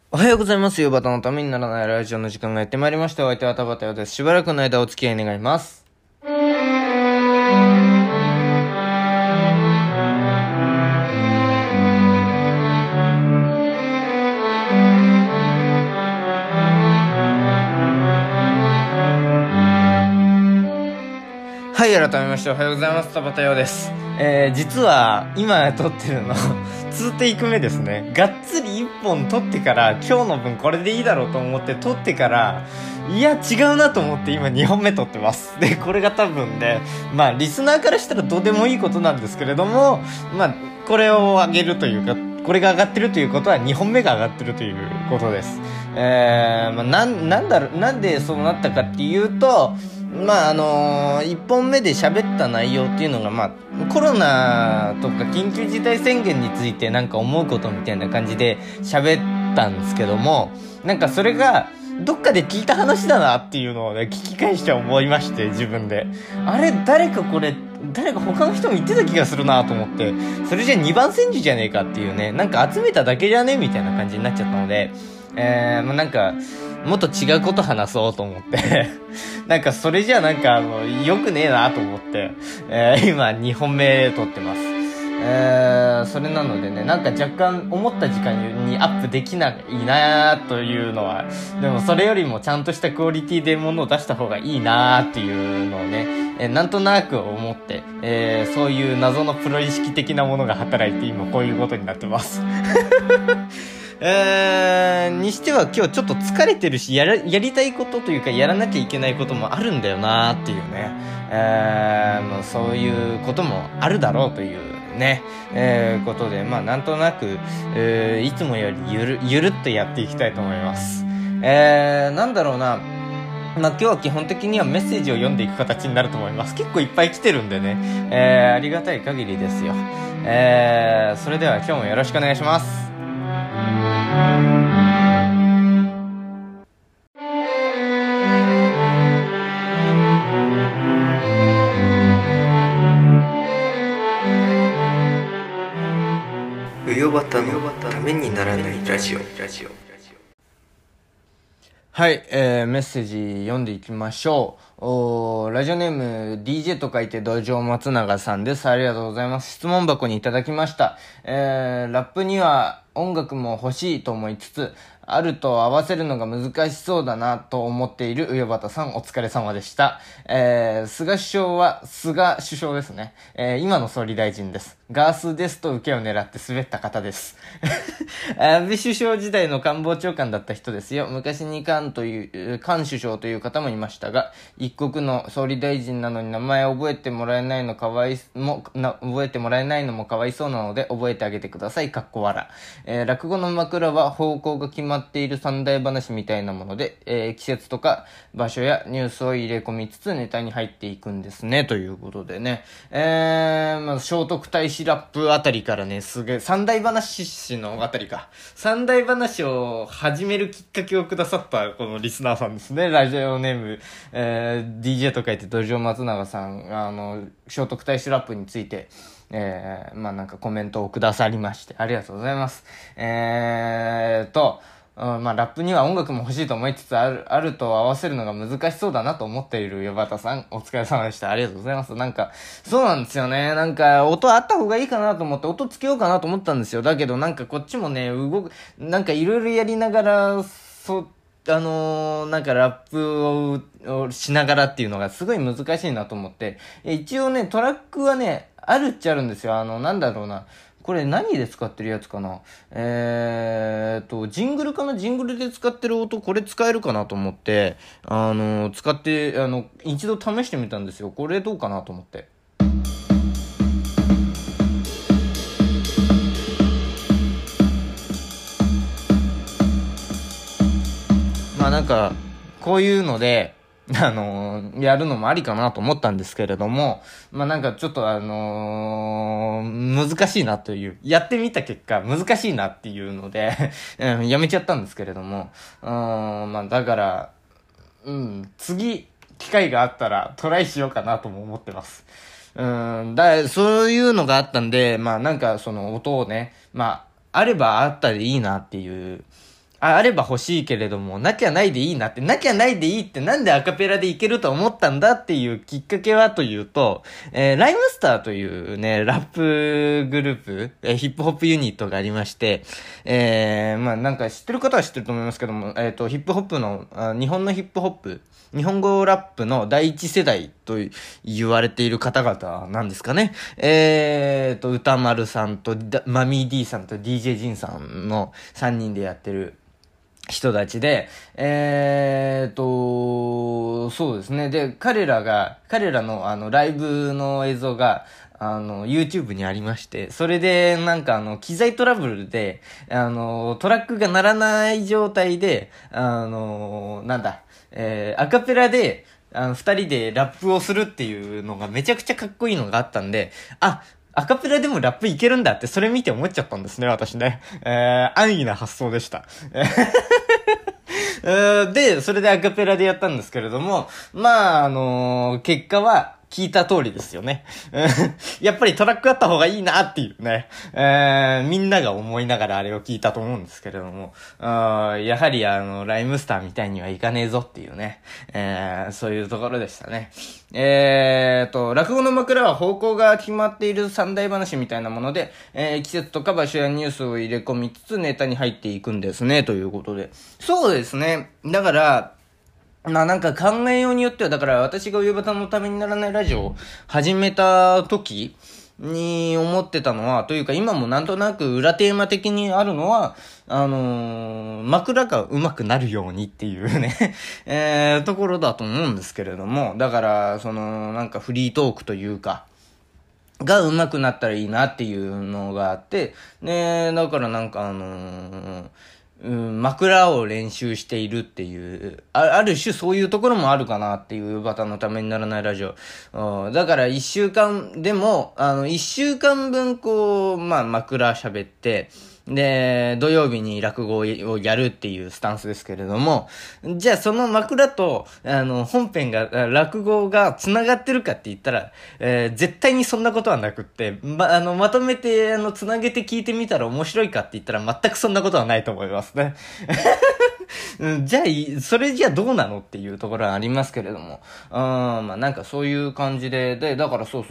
おはようございます。ヨバタのためにならないラジオの時間がやってまいりました。お相手は田畑です。しばらくの間お付き合い願います。はい、改めましておはようございます。田畑です。実は今撮ってるの2テイク目ですね。がっつり1本撮ってから今日の分これでいいだろうと思って撮ってからいや違うなと思って今2本目撮ってます。でこれが多分ね、まあリスナーからしたらどうでもいいことなんですけれども、まあこれを上げるというかこれが上がってるということは2本目が上がってるということです。まあ、なんでそうなったかっていうと、まあ1本目で喋った内容っていうのが、まあ、コロナとか緊急事態宣言についてなんか思うことみたいな感じで喋ったんですけども、なんかそれがどっかで聞いた話だなっていうのをね、聞き返して思いまして、自分で。あれ、誰か他の人も言ってた気がするなと思って、それじゃ2番煎じじゃねえかっていうね、なんか集めただけじゃねみたいな感じになっちゃったので、まあ、なんか、もっと違うこと話そうと思ってなんかそれじゃなんか良くねえなと思って、今2本目撮ってます。それなのでね、なんか若干思った時間にアップできないなというのは、でもそれよりもちゃんとしたクオリティで物を出した方がいいなっていうのをね、なんとなく思って、そういう謎のプロ意識的なものが働いて今こういうことになってますにしては今日ちょっと疲れてるし、やりたいことというかやらなきゃいけないこともあるんだよなっていうね。まあ、そういうこともあるだろうというね、ことで、まあなんとなく、いつもよりゆるっとやっていきたいと思います。なんだろうな。まあ今日は基本的にはメッセージを読んでいく形になると思います。結構いっぱい来てるんでね、ありがたい限りですよ。それでは今日もよろしくお願いします。うよばたのためにならないラジオ。はい、メッセージ読んでいきましょう。ラジオネーム DJ と書いて道場松永さんです。ありがとうございます。質問箱にいただきました。ラップには音楽も欲しいと思いつつ、あると合わせるのが難しそうだなと思っている上畑さん、お疲れ様でした。菅首相は、菅首相ですね。今の総理大臣です。ガースですと受けを狙って滑った方です。安倍首相時代の官房長官だった人ですよ。昔に菅首相という方もいましたが、一国の総理大臣なのに名前を覚えてもらえないのもかわいそうなので覚えてあげてください。かっこ笑。落語の枕は方向が決まっている三大話みたいなもので、季節とか場所やニュースを入れ込みつつネタに入っていくんですね。ということでね。まあ、聖徳太子ラップあたりからね、すげえ、三大話のあたりか。三大話を始めるきっかけをくださったこのリスナーさんですね。ラジオネーム、DJ と書いて土壌松永さん、聖徳太子ラップについて、まあなんかコメントをくださりまして、ありがとうございます。まあラップには音楽も欲しいと思いつつあると合わせるのが難しそうだなと思っている岩畑さん、お疲れ様でした。ありがとうございます。なんか、そうなんですよね。なんか、音あった方がいいかなと思って、音つけようかなと思ったんですよ。だけどなんかこっちもね、なんかいろいろやりながら、なんかラップをしながらっていうのがすごい難しいなと思って、一応ね、トラックはね、あるっちゃあるんですよ。なんだろうな。これ何で使ってるやつかな。ジングルかな。ジングルで使ってる音、これ使えるかなと思って、使って、一度試してみたんですよ。これどうかなと思って。まあなんか、こういうので、やるのもありかなと思ったんですけれども、まあなんかちょっと難しいなという、やってみた結果難しいなっていうのでやめちゃったんですけれども、まあだから、次、機会があったらトライしようかなとも思ってます。そういうのがあったんで、まあなんかその音をね、まあ、あればあったでいいなっていう、 あれば欲しいけれども、なきゃないでいいなって、なきゃないでいいってなんでアカペラでいけると思ったんだっていうきっかけはというと、ライムスターというね、ラップグループ、ヒップホップユニットがありまして、まあなんか知ってる方は知ってると思いますけども、ヒップホップの、日本のヒップホップ、日本語ラップの第一世代と言われている方々なんですかね。歌丸さんとマミー D さんと DJ ジンさんの3人でやってる人たちで、そうですね。で、彼らのライブの映像が、YouTube にありまして、それで、なんか機材トラブルで、トラックが鳴らない状態で、アカペラで、二人でラップをするっていうのがめちゃくちゃかっこいいのがあったんで、アカペラでもラップいけるんだってそれ見て思っちゃったんですね、私ね。安易な発想でした。で、それでアカペラでやったんですけれども、まあ、結果は、聞いた通りですよね。やっぱりトラックあった方がいいなっていうね。みんなが思いながらあれを聞いたと思うんですけれども、やはりライムスターみたいにはいかねえぞっていうね。そういうところでしたね。落語の枕は方向が決まっている三大話みたいなもので、季節とか場所やニュースを入れ込みつつネタに入っていくんですね、ということで。そうですね。だから、なんか考えようによっては、だから私が夕方のためにならないラジオを始めた時に思ってたのは、というか今もなんとなく裏テーマ的にあるのは、枕が上手くなるようにっていうね、ところだと思うんですけれども、だから、なんかフリートークというか、が上手くなったらいいなっていうのがあって、ね、だからなんか枕を練習しているっていう、ある種そういうところもあるかなっていう、バタのためにならないラジオ。だから一週間でも、一週間分こう、まあ枕喋って、で、土曜日に落語をやるっていうスタンスですけれども、じゃあその枕と、本編が、落語が繋がってるかって言ったら、絶対にそんなことはなくって、まとめて、繋げて聞いてみたら面白いかって言ったら全くそんなことはないと思いますね。じゃあ、それじゃあどうなのっていうところはありますけれども。まあなんかそういう感じで、だからそう、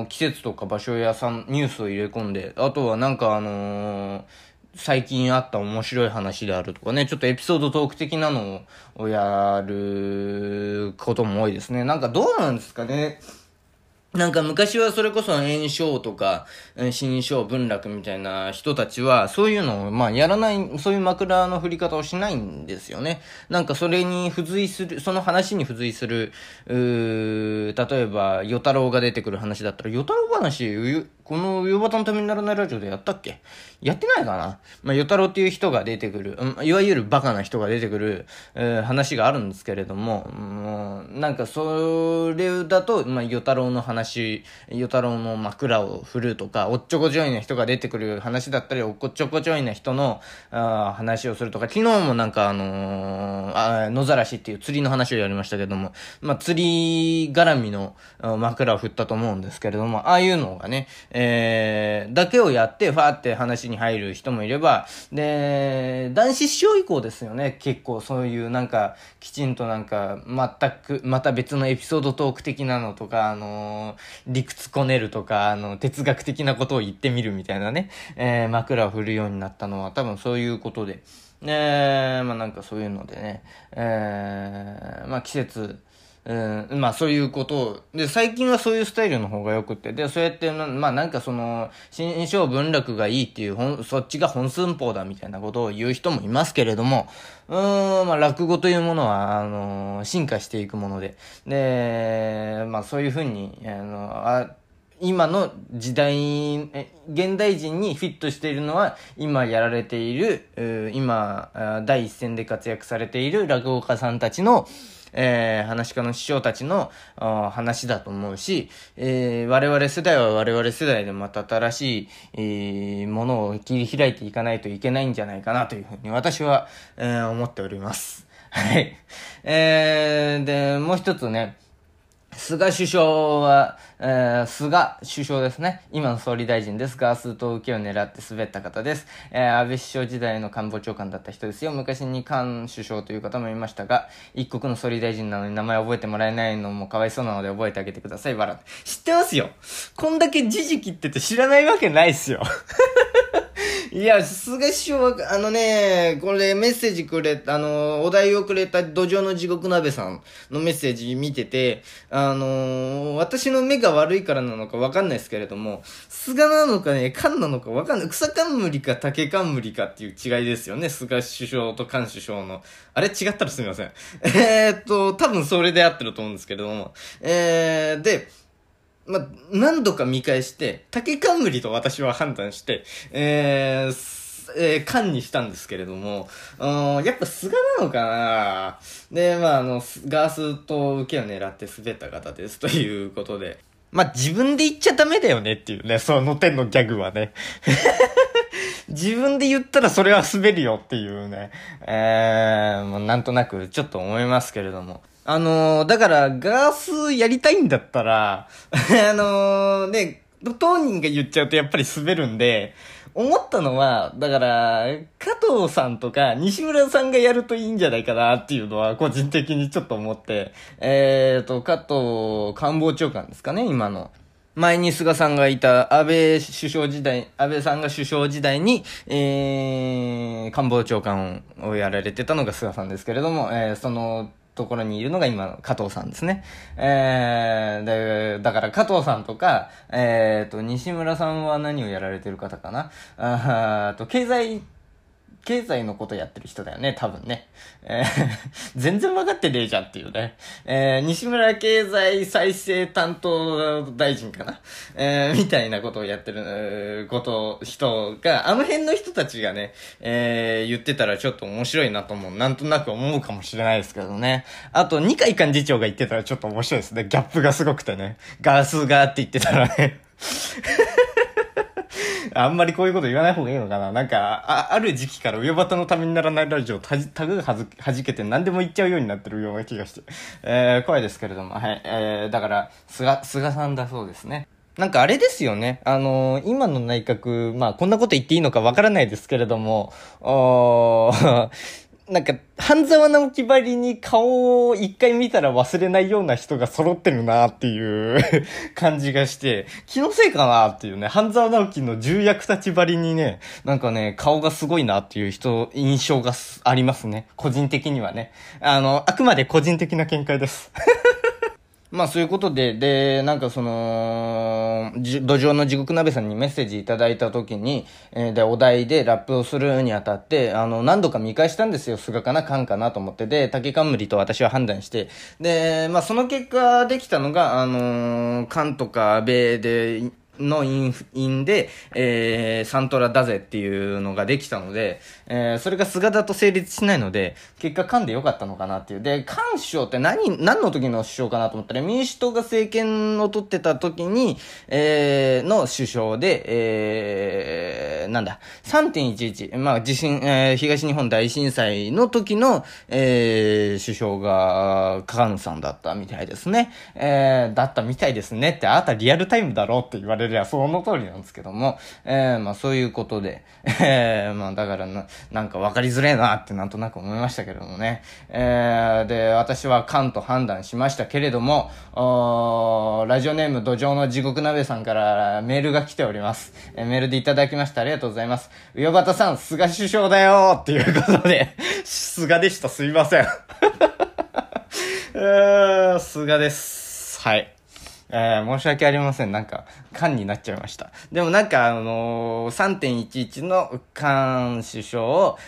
季節とか場所やニュースを入れ込んで、あとはなんか最近あった面白い話であるとかね、ちょっとエピソードトーク的なのをやることも多いですね。なんかどうなんですかね。なんか昔はそれこそ炎症とか、新章文楽みたいな人たちは、そういうのを、まあやらない、そういう枕の振り方をしないんですよね。なんかそれに付随する、その話に付随する、例えば、与太郎が出てくる話だったら、与太郎話、この夕方のためにならないラジオでやったっけ？やってないかな？まあ、与太郎っていう人が出てくる、いわゆるバカな人が出てくる、話があるんですけれども、なんかそれだと、まあ、与太郎の話、与太郎の枕を振るとか、おっちょこちょいな人が出てくる話だったり、おっちょこちょいな人の話をするとか、昨日もなんか野ざらしっていう釣りの話をやりましたけども、まあ、釣り絡みの枕を振ったと思うんですけれども、ああいうのがね、だけをやって、ファーって話に入る人もいれば、で、男子師匠以降ですよね、結構そういうなんか、きちんとなんか、全く、また別のエピソードトーク的なのとか、理屈こねるとか、哲学的なことを言ってみるみたいなね、枕を振るようになったのは多分そういうことで、まあなんかそういうのでね、まあ季節、まあそういうことを、で、最近はそういうスタイルの方が良くて、で、そうやって、まあなんか新章文楽がいいっていう、そっちが本寸法だみたいなことを言う人もいますけれども、まあ落語というものは、進化していくもので、で、まあそういうふうに、今の時代、現代人にフィットしているのは、今やられている、今、第一線で活躍されている落語家さんたちの、話し家の師匠たちの話だと思うし、我々世代は我々世代でまた新しい、ものを切り開いていかないといけないんじゃないかなというふうに私は、思っております。はい。で、もう一つね、 菅首相は、菅首相ですね。今の総理大臣です。ガースト受けを狙って滑った方です。安倍首相時代の官房長官だった人ですよ。昔に菅首相という方もいましたが、一国の総理大臣なのに名前覚えてもらえないのもかわいそうなので覚えてあげてください。笑って。知ってますよ。こんだけ時事切ってて知らないわけないっすよ。いや、菅首相は、これメッセージくれ、お題をくれた土壌の地獄鍋さんのメッセージ見てて、私の目が悪いからなのかわかんないですけれども、菅なのかね、菅なのかわかんない。草冠か竹冠かっていう違いですよね。菅首相と菅首相の。あれ違ったらすみません。多分それで合ってると思うんですけれども。で、何度か見返して、竹冠と私は判断して、缶にしたんですけれども、やっぱ菅なのかな。で、ガースと受けを狙って滑った方ですということで。自分で言っちゃダメだよねっていうね、その手のギャグはね。自分で言ったらそれは滑るよっていうね、なんとなくちょっと思いますけれども。だから、ガースやりたいんだったら、当人が言っちゃうとやっぱり滑るんで、思ったのは、だから、加藤さんとか西村さんがやるといいんじゃないかなっていうのは個人的にちょっと思って、加藤官房長官ですかね、今の。前に菅さんがいた安倍さんが首相時代に、官房長官をやられてたのが菅さんですけれども、そのところにいるのが今の加藤さんですね。だから加藤さんとか、西村さんは何をやられてる方かな。経済のことやってる人だよね、多分ね。全然分かってねえじゃんっていうね。西村経済再生担当大臣かな。みたいなことをやってる、人が、あの辺の人たちがね、言ってたらちょっと面白いなとなんとなく思うかもしれないですけどね。あと、二階幹事長が言ってたらちょっと面白いですね。ギャップがすごくてね。ガースがって言ってたらね。あんまりこういうこと言わない方がいいのかな。ある時期から上端のためにならないラジオタグが弾けて何でも言っちゃうようになってるような気がして。怖いですけれども。はい。だから、菅さんだそうですね。あれですよね。今の内閣、こんなこと言っていいのかわからないですけれども、半沢直樹ばりに顔を一回見たら忘れないような人が揃ってるなっていう感じがして、気のせいかなっていうね、半沢直樹の重役たちばりにね、顔がすごいなっていう印象がありますね。個人的にはね。あくまで個人的な見解です。そういうことで、土壌の地獄鍋さんにメッセージいただいたときに、お題でラップをするにあたって、何度か見返したんですよ。菅かな、菅かなと思って。で、竹冠と私は判断して。で、その結果できたのが、菅とか安倍で、の因で、サントラだぜっていうのができたので、それが菅だと成立しないので、結果菅でよかったのかなっていう。で、菅首相って何の時の首相かなと思ったら、民主党が政権を取ってた時に、の首相で、3.11、地震、東日本大震災の時の、首相が菅さんだったみたいですね。だったみたいですねって、あなたリアルタイムだろうって言われるその通りなんですけども、そういうことで、だから分かりづれえなってなんとなく思いましたけれどもね。で、私は菅と判断しましたけれども、ラジオネーム土壌の地獄鍋さんからメールが来ております。メールでいただきました。ありがとうございます。上端さん、菅首相だよーっていうことで、菅でした。すいません。菅です。はい。申し訳ありません。菅になっちゃいました。でも3.11 の菅首相を、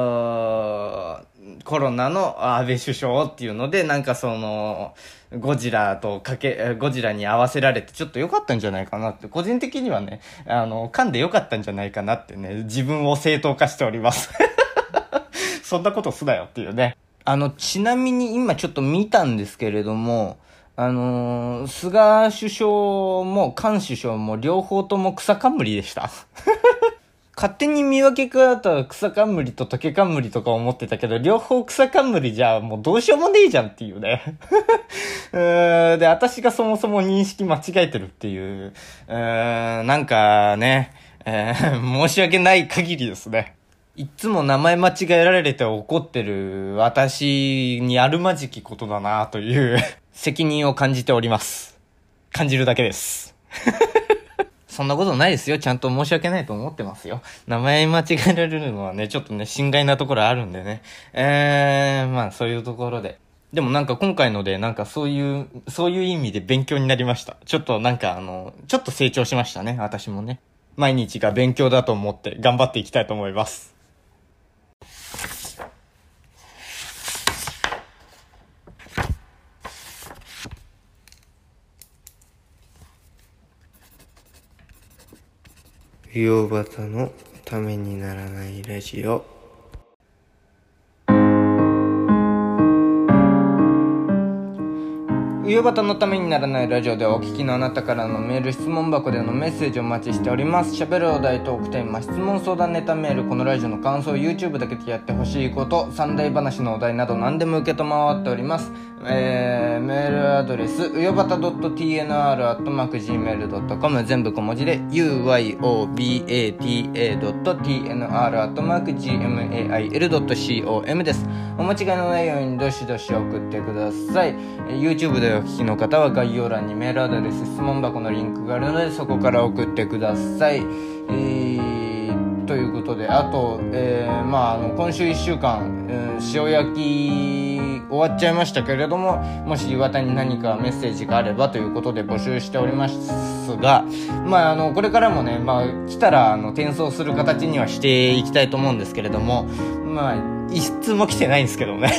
コロナの安倍首相っていうので、ゴジラに合わせられてちょっと良かったんじゃないかなって、個人的にはね、菅で良かったんじゃないかなってね、自分を正当化しております。そんなことすなよっていうね。ちなみに今ちょっと見たんですけれども、菅首相も菅首相も両方とも草冠でした。 勝手に見分け方は草冠と竹冠とか思ってたけど、両方草冠じゃもうどうしようもねえじゃんっていうね。で、私がそもそも認識間違えてるっていう、なんかね、申し訳ない限りですね。いつも名前間違えられて怒ってる私にあるまじきことだなという責任を感じております。感じるだけです。そんなことないですよ。ちゃんと申し訳ないと思ってますよ。名前間違えられるのはね、ちょっとね、心外なところあるんでね。まあそういうところで。でもなんか今回ので、なんかそういう意味で勉強になりました。ちょっとなんかちょっと成長しましたね。私もね。毎日が勉強だと思って頑張っていきたいと思います。 魚端のためにならないラジオ。 夕方のためにならないラジオではお聞きのあなたからのメール、質問箱でのメッセージをお待ちしております。喋るお題、トークテーマ、質問相談ネタメール、このラジオの感想、 YouTube だけでやってほしいこと、三大話のお題など何でも受け止まっております。メールアドレス、うよばた .tnr@gmail.com、 全部小文字で uyobata.tnr@gmail.com です。お間違いのないようにどしどし送ってください。YouTube でお聞きの方は概要欄にメールアドレス、質問箱のリンクがあるのでそこから送ってください。ということで、あと、今週1週間、塩焼き終わっちゃいましたけれども、もし岩田に何かメッセージがあればということで募集しておりますが、これからもね、来たら転送する形にはしていきたいと思うんですけれども、一通も来てないんですけどね。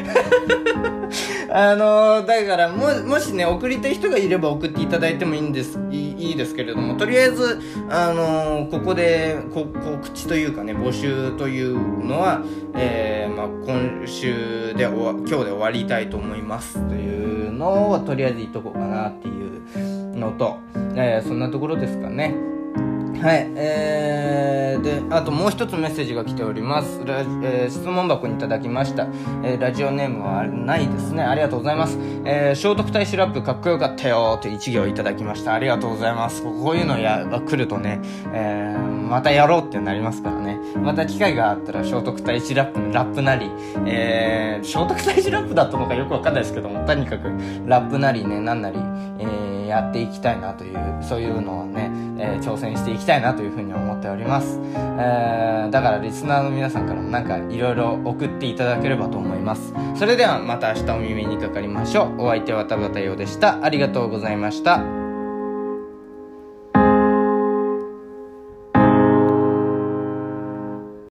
だからもしね、送りたい人がいれば送っていただいてもいいですけれども、とりあえずここで告知というかね、募集というのは、今週で今日で終わりたいと思いますというのをとりあえず言っとこうかなっていうのと、そんなところですかね。はい、で、あともう一つメッセージが来ております。質問箱にいただきました。ラジオネームはないですね。ありがとうございます。聖徳太子ラップかっこよかったよと一行いただきました。ありがとうございます。こういうのが来るとね、またやろうってなりますからね。また機会があったら聖徳太子ラップのラップなり、聖徳太子ラップだったのかよくわかんないですけども、とにかくラップなりね、なんなり、やっていきたいなという、そういうのをね、挑戦していきたいなというふうに思っております。だからリスナーの皆さんからもなんかいろいろ送っていただければと思います。それではまた明日お耳にかかりましょう。お相手は田畑陽でした。ありがとうございました。